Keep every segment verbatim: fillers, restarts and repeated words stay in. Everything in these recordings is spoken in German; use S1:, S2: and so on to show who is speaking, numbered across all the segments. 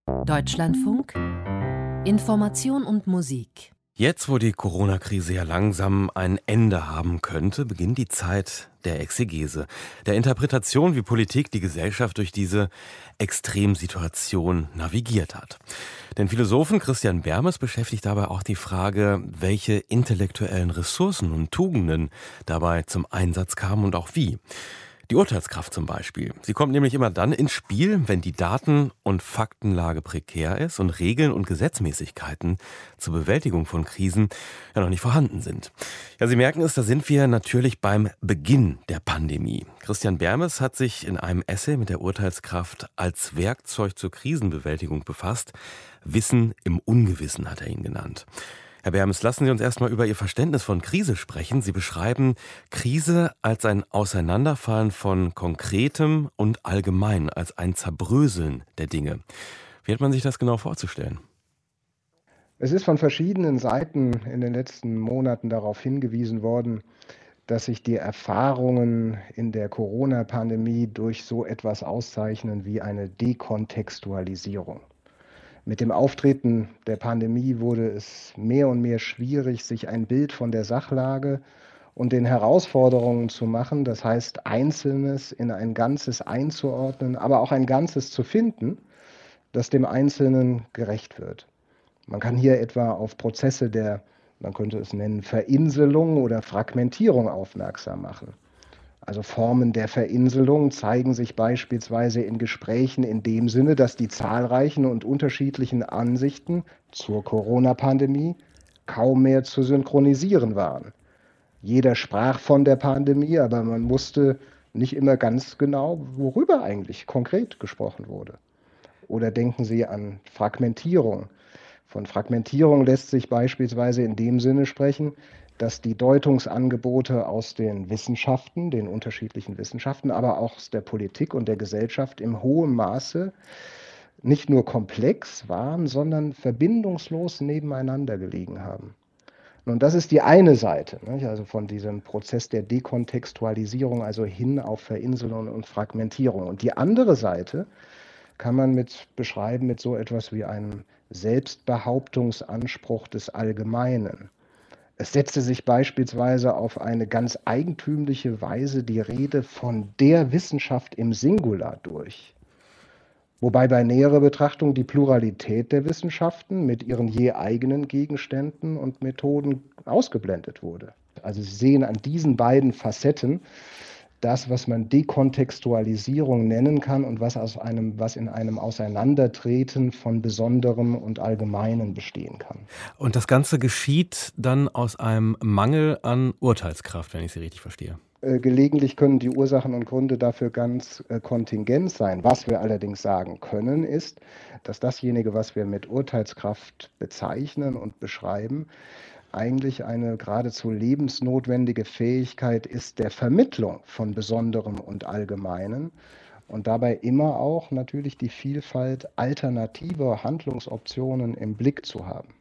S1: Deutschlandfunk, Information und Musik.
S2: Jetzt, wo die Corona-Krise ja langsam ein Ende haben könnte, beginnt die Zeit der Exegese, der Interpretation, wie Politik die Gesellschaft durch diese Extremsituation navigiert hat. Den Philosophen Christian Bermes beschäftigt dabei auch die Frage, welche intellektuellen Ressourcen und Tugenden dabei zum Einsatz kamen und auch wie. Die Urteilskraft zum Beispiel. Sie kommt nämlich immer dann ins Spiel, wenn die Daten- und Faktenlage prekär ist und Regeln und Gesetzmäßigkeiten zur Bewältigung von Krisen ja noch nicht vorhanden sind. Ja, Sie merken es, da sind wir natürlich beim Beginn der Pandemie. Christian Bermes hat sich in einem Essay mit der Urteilskraft als Werkzeug zur Krisenbewältigung befasst. Wissen im Ungewissen hat er ihn genannt. Herr Bermes, lassen Sie uns erstmal über Ihr Verständnis von Krise sprechen. Sie beschreiben Krise als ein Auseinanderfallen von Konkretem und Allgemein, als ein Zerbröseln der Dinge. Wie hat man sich das genau vorzustellen?
S3: Es ist von verschiedenen Seiten in den letzten Monaten darauf hingewiesen worden, dass sich die Erfahrungen in der Corona-Pandemie durch so etwas auszeichnen wie eine Dekontextualisierung. Mit dem Auftreten der Pandemie wurde es mehr und mehr schwierig, sich ein Bild von der Sachlage und den Herausforderungen zu machen. Das heißt, Einzelnes in ein Ganzes einzuordnen, aber auch ein Ganzes zu finden, das dem Einzelnen gerecht wird. Man kann hier etwa auf Prozesse der, man könnte es nennen, Verinselung oder Fragmentierung aufmerksam machen. Also Formen der Verinselung zeigen sich beispielsweise in Gesprächen in dem Sinne, dass die zahlreichen und unterschiedlichen Ansichten zur Corona-Pandemie kaum mehr zu synchronisieren waren. Jeder sprach von der Pandemie, aber man wusste nicht immer ganz genau, worüber eigentlich konkret gesprochen wurde. Oder denken Sie an Fragmentierung. Von Fragmentierung lässt sich beispielsweise in dem Sinne sprechen, dass die Deutungsangebote aus den Wissenschaften, den unterschiedlichen Wissenschaften, aber auch aus der Politik und der Gesellschaft im hohen Maße nicht nur komplex waren, sondern verbindungslos nebeneinander gelegen haben. Nun, das ist die eine Seite, nicht? Also von diesem Prozess der Dekontextualisierung, also hin auf Verinselung und Fragmentierung. Und die andere Seite kann man mit beschreiben mit so etwas wie einem Selbstbehauptungsanspruch des Allgemeinen. Es setzte sich beispielsweise auf eine ganz eigentümliche Weise die Rede von der Wissenschaft im Singular durch. Wobei bei näherer Betrachtung die Pluralität der Wissenschaften mit ihren je eigenen Gegenständen und Methoden ausgeblendet wurde. Also Sie sehen an diesen beiden Facetten das, was man Dekontextualisierung nennen kann und was, aus einem, was in einem Auseinandertreten von Besonderem und Allgemeinen bestehen kann.
S2: Und das Ganze geschieht dann aus einem Mangel an Urteilskraft, wenn ich Sie richtig verstehe.
S3: Äh, gelegentlich können die Ursachen und Gründe dafür ganz äh, kontingent sein. Was wir allerdings sagen können, ist, dass dasjenige, was wir mit Urteilskraft bezeichnen und beschreiben, eigentlich eine geradezu lebensnotwendige Fähigkeit ist der Vermittlung von Besonderem und Allgemeinen und dabei immer auch natürlich die Vielfalt alternativer Handlungsoptionen im Blick zu haben.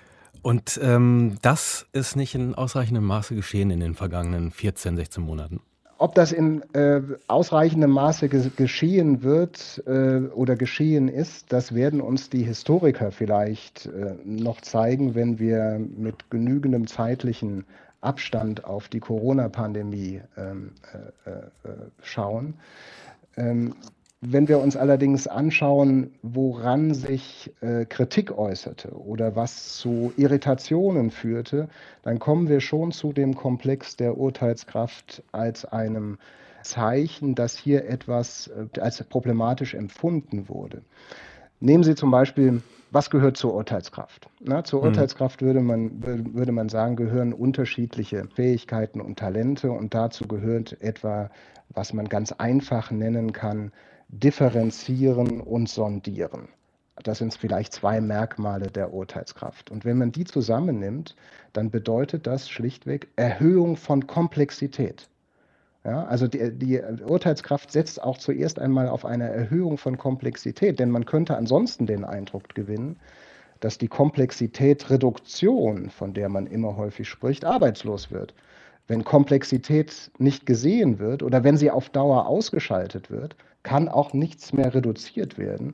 S2: Und ähm, das ist nicht in ausreichendem Maße geschehen in den vergangenen vierzehn, sechzehn Monaten.
S3: Ob das in äh, ausreichendem Maße ge- geschehen wird äh, oder geschehen ist, das werden uns die Historiker vielleicht äh, noch zeigen, wenn wir mit genügendem zeitlichen Abstand auf die Corona-Pandemie ähm, äh, äh, schauen. Ähm, Wenn wir uns allerdings anschauen, woran sich äh, Kritik äußerte oder was zu Irritationen führte, dann kommen wir schon zu dem Komplex der Urteilskraft als einem Zeichen, dass hier etwas äh, als problematisch empfunden wurde. Nehmen Sie zum Beispiel, was gehört zur Urteilskraft? Na, zur
S2: Mhm.
S3: Urteilskraft würde man, würde man sagen, gehören unterschiedliche Fähigkeiten und Talente und dazu gehört etwa, was man ganz einfach nennen kann, differenzieren und sondieren. Das sind vielleicht zwei Merkmale der Urteilskraft. Und wenn man die zusammennimmt, dann bedeutet das schlichtweg Erhöhung von Komplexität. Ja, also die, die Urteilskraft setzt auch zuerst einmal auf eine Erhöhung von Komplexität, denn man könnte ansonsten den Eindruck gewinnen, dass die Komplexitätsreduktion, von der man immer häufig spricht, arbeitslos wird. Wenn Komplexität nicht gesehen wird oder wenn sie auf Dauer ausgeschaltet wird, kann auch nichts mehr reduziert werden,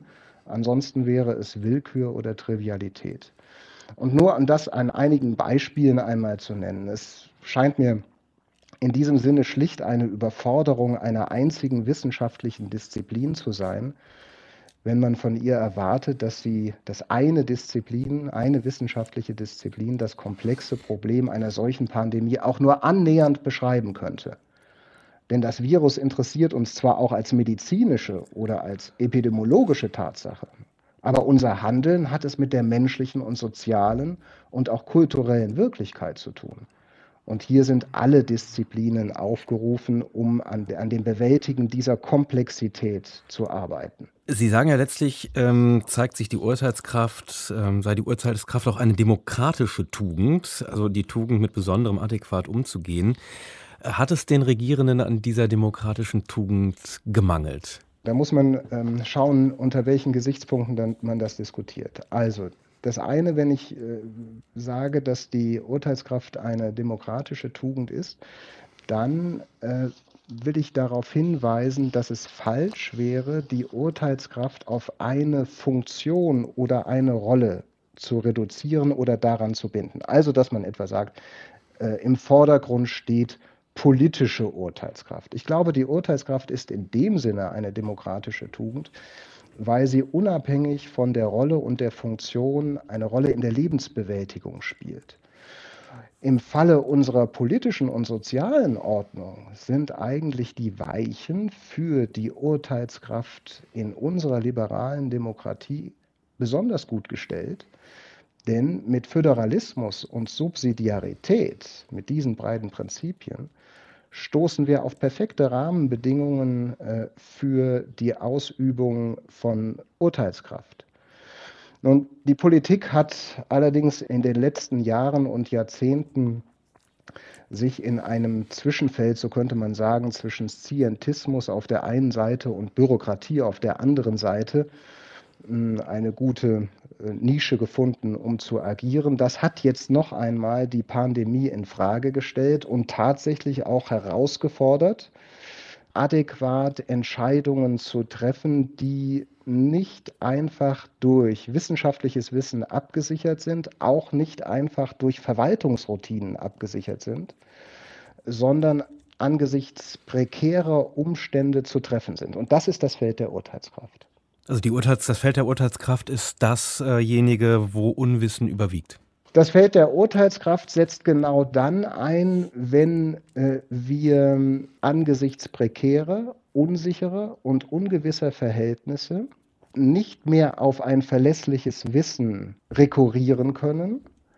S3: Ansonsten wäre es Willkür oder Trivialität. Und nur um das an einigen Beispielen einmal zu nennen. Es scheint mir in diesem Sinne schlicht eine Überforderung einer einzigen wissenschaftlichen Disziplin zu sein, wenn man von ihr erwartet, dass sie, dass eine Disziplin, eine wissenschaftliche Disziplin das komplexe Problem einer solchen Pandemie auch nur annähernd beschreiben könnte. Denn das Virus interessiert uns zwar auch als medizinische oder als epidemiologische Tatsache, aber unser Handeln hat es mit der menschlichen und sozialen und auch kulturellen Wirklichkeit zu tun. Und hier sind alle Disziplinen aufgerufen, um an, an dem Bewältigen dieser Komplexität zu arbeiten.
S2: Sie sagen ja letztlich, ähm, zeigt sich die Urteilskraft, ähm, sei die Urteilskraft auch eine demokratische Tugend, also die Tugend, mit Besonderem adäquat umzugehen. Hat es den Regierenden an dieser demokratischen Tugend gemangelt?
S3: Da muss man ähm, schauen, unter welchen Gesichtspunkten dann man das diskutiert. Also das eine, wenn ich äh, sage, dass die Urteilskraft eine demokratische Tugend ist, dann äh, will ich darauf hinweisen, dass es falsch wäre, die Urteilskraft auf eine Funktion oder eine Rolle zu reduzieren oder daran zu binden. Also, dass man etwa sagt, äh, im Vordergrund steht politische Urteilskraft. Ich glaube, die Urteilskraft ist in dem Sinne eine demokratische Tugend, weil sie unabhängig von der Rolle und der Funktion eine Rolle in der Lebensbewältigung spielt. Im Falle unserer politischen und sozialen Ordnung sind eigentlich die Weichen für die Urteilskraft in unserer liberalen Demokratie besonders gut gestellt. Denn mit Föderalismus und Subsidiarität, mit diesen beiden Prinzipien, stoßen wir auf perfekte Rahmenbedingungen äh, für die Ausübung von Urteilskraft. Nun, die Politik hat allerdings in den letzten Jahren und Jahrzehnten sich in einem Zwischenfeld, so könnte man sagen, zwischen Scientismus auf der einen Seite und Bürokratie auf der anderen Seite eine gute Nische gefunden, um zu agieren. Das hat jetzt noch einmal die Pandemie in Frage gestellt und tatsächlich auch herausgefordert, adäquat Entscheidungen zu treffen, die nicht einfach durch wissenschaftliches Wissen abgesichert sind, auch nicht einfach durch Verwaltungsroutinen abgesichert sind, sondern angesichts prekärer Umstände zu treffen sind. Und das ist das Feld der Urteilskraft.
S2: Also die Urteils, das Feld der Urteilskraft ist dasjenige, wo Unwissen überwiegt.
S3: Das Feld der Urteilskraft setzt genau dann ein, wenn äh, wir angesichts prekärer, unsicherer und ungewisser Verhältnisse nicht mehr auf ein verlässliches Wissen rekurrieren können,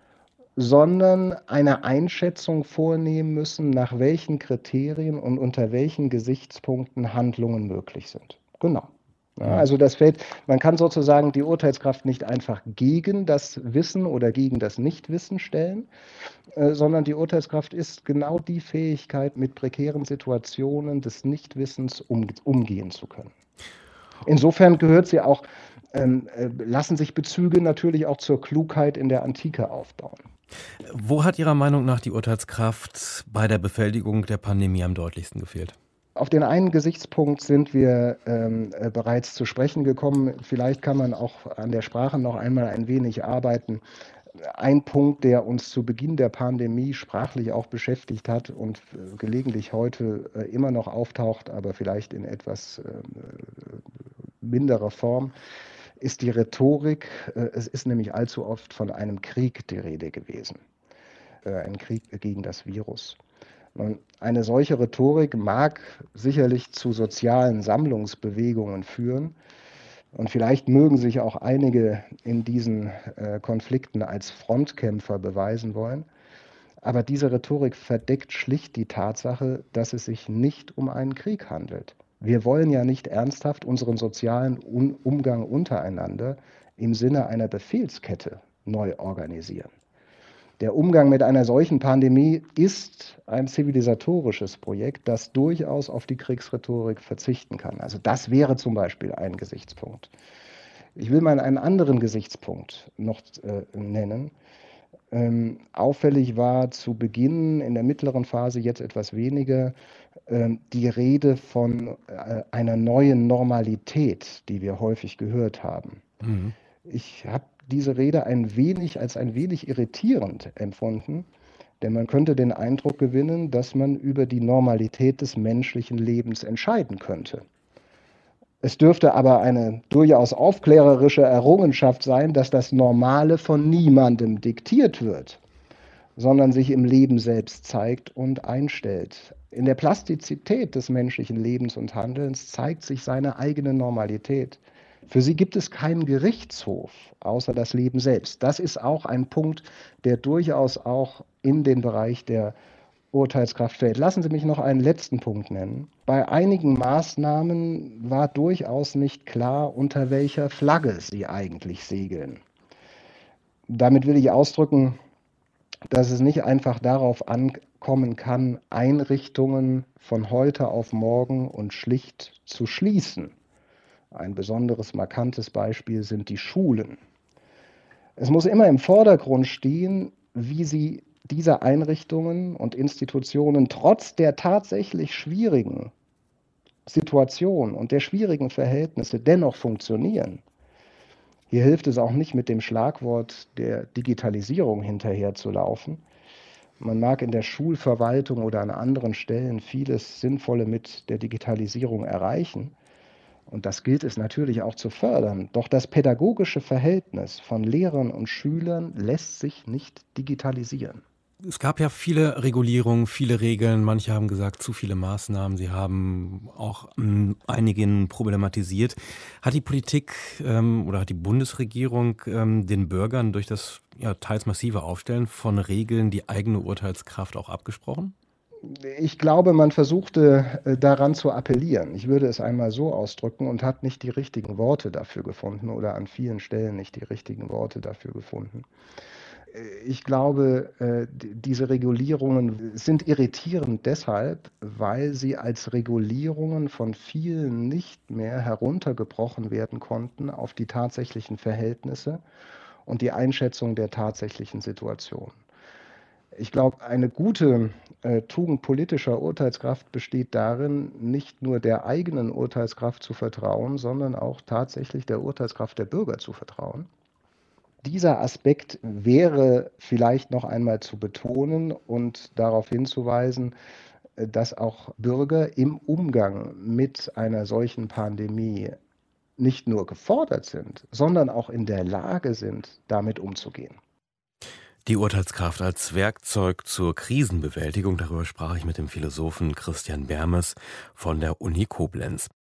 S3: sondern eine Einschätzung vornehmen müssen, nach welchen Kriterien und unter welchen Gesichtspunkten Handlungen möglich sind. Genau. Ja, also das Feld, man kann sozusagen die Urteilskraft nicht einfach gegen das Wissen oder gegen das Nichtwissen stellen, äh, sondern die Urteilskraft ist genau die Fähigkeit, mit prekären Situationen des Nichtwissens um, umgehen zu können. Insofern gehört sie auch, ähm, äh, lassen sich Bezüge natürlich auch zur Klugheit in der Antike aufbauen.
S2: Wo hat Ihrer Meinung nach die Urteilskraft bei der Bewältigung der Pandemie am deutlichsten gefehlt?
S3: Auf den einen Gesichtspunkt sind wir ähm, bereits zu sprechen gekommen. Vielleicht kann man auch an der Sprache noch einmal ein wenig arbeiten. Ein Punkt, der uns zu Beginn der Pandemie sprachlich auch beschäftigt hat und äh, gelegentlich heute äh, immer noch auftaucht, aber vielleicht in etwas äh, minderer Form, ist die Rhetorik. Äh, es ist nämlich allzu oft von einem Krieg die Rede gewesen. Äh, ein Krieg gegen das Virus. Eine solche Rhetorik mag sicherlich zu sozialen Sammlungsbewegungen führen. Und vielleicht mögen sich auch einige in diesen äh, Konflikten als Frontkämpfer beweisen wollen. Aber diese Rhetorik verdeckt schlicht die Tatsache, dass es sich nicht um einen Krieg handelt. Wir wollen ja nicht ernsthaft unseren sozialen Un- Umgang untereinander im Sinne einer Befehlskette neu organisieren. Der Umgang mit einer solchen Pandemie ist ein zivilisatorisches Projekt, das durchaus auf die Kriegsrhetorik verzichten kann. Also das wäre zum Beispiel ein Gesichtspunkt. Ich will mal einen anderen Gesichtspunkt noch äh, nennen. Ähm, auffällig war zu Beginn, in der mittleren Phase jetzt etwas weniger, ähm, die Rede von äh, einer neuen Normalität, die wir häufig gehört haben.
S2: Mhm.
S3: Ich habe diese Rede ein wenig als ein wenig irritierend empfunden, denn man könnte den Eindruck gewinnen, dass man über die Normalität des menschlichen Lebens entscheiden könnte. Es dürfte aber eine durchaus aufklärerische Errungenschaft sein, dass das Normale von niemandem diktiert wird, sondern sich im Leben selbst zeigt und einstellt. In der Plastizität des menschlichen Lebens und Handelns zeigt sich seine eigene Normalität. Für sie gibt es keinen Gerichtshof außer das Leben selbst. Das ist auch ein Punkt, der durchaus auch in den Bereich der Urteilskraft fällt. Lassen Sie mich noch einen letzten Punkt nennen. Bei einigen Maßnahmen war durchaus nicht klar, unter welcher Flagge sie eigentlich segeln. Damit will ich ausdrücken, dass es nicht einfach darauf ankommen kann, Einrichtungen von heute auf morgen und schlicht zu schließen. Ein besonderes markantes Beispiel sind die Schulen. Es muss immer im Vordergrund stehen, wie sie diese Einrichtungen und Institutionen trotz der tatsächlich schwierigen Situation und der schwierigen Verhältnisse dennoch funktionieren. Hier hilft es auch nicht, mit dem Schlagwort der Digitalisierung hinterherzulaufen. Man mag in der Schulverwaltung oder an anderen Stellen vieles Sinnvolle mit der Digitalisierung erreichen. Und das gilt es natürlich auch zu fördern. Doch das pädagogische Verhältnis von Lehrern und Schülern lässt sich nicht digitalisieren.
S2: Es gab ja viele Regulierungen, viele Regeln. Manche haben gesagt, zu viele Maßnahmen. Sie haben auch ähm, einigen problematisiert. Hat die Politik ähm, oder hat die Bundesregierung ähm, den Bürgern durch das ja, teils massive Aufstellen von Regeln die eigene Urteilskraft auch abgesprochen?
S3: Ich glaube, man versuchte äh, daran zu appellieren. Ich würde es einmal so ausdrücken und hat nicht die richtigen Worte dafür gefunden oder an vielen Stellen nicht die richtigen Worte dafür gefunden. Ich glaube, äh, diese Regulierungen sind irritierend deshalb, weil sie als Regulierungen von vielen nicht mehr heruntergebrochen werden konnten auf die tatsächlichen Verhältnisse und die Einschätzung der tatsächlichen Situation. Ich glaube, eine gute äh, Tugend politischer Urteilskraft besteht darin, nicht nur der eigenen Urteilskraft zu vertrauen, sondern auch tatsächlich der Urteilskraft der Bürger zu vertrauen. Dieser Aspekt wäre vielleicht noch einmal zu betonen und darauf hinzuweisen, dass auch Bürger im Umgang mit einer solchen Pandemie nicht nur gefordert sind, sondern auch in der Lage sind, damit umzugehen.
S2: Die Urteilskraft als Werkzeug zur Krisenbewältigung, darüber sprach ich mit dem Philosophen Christian Bermes von der Uni Koblenz.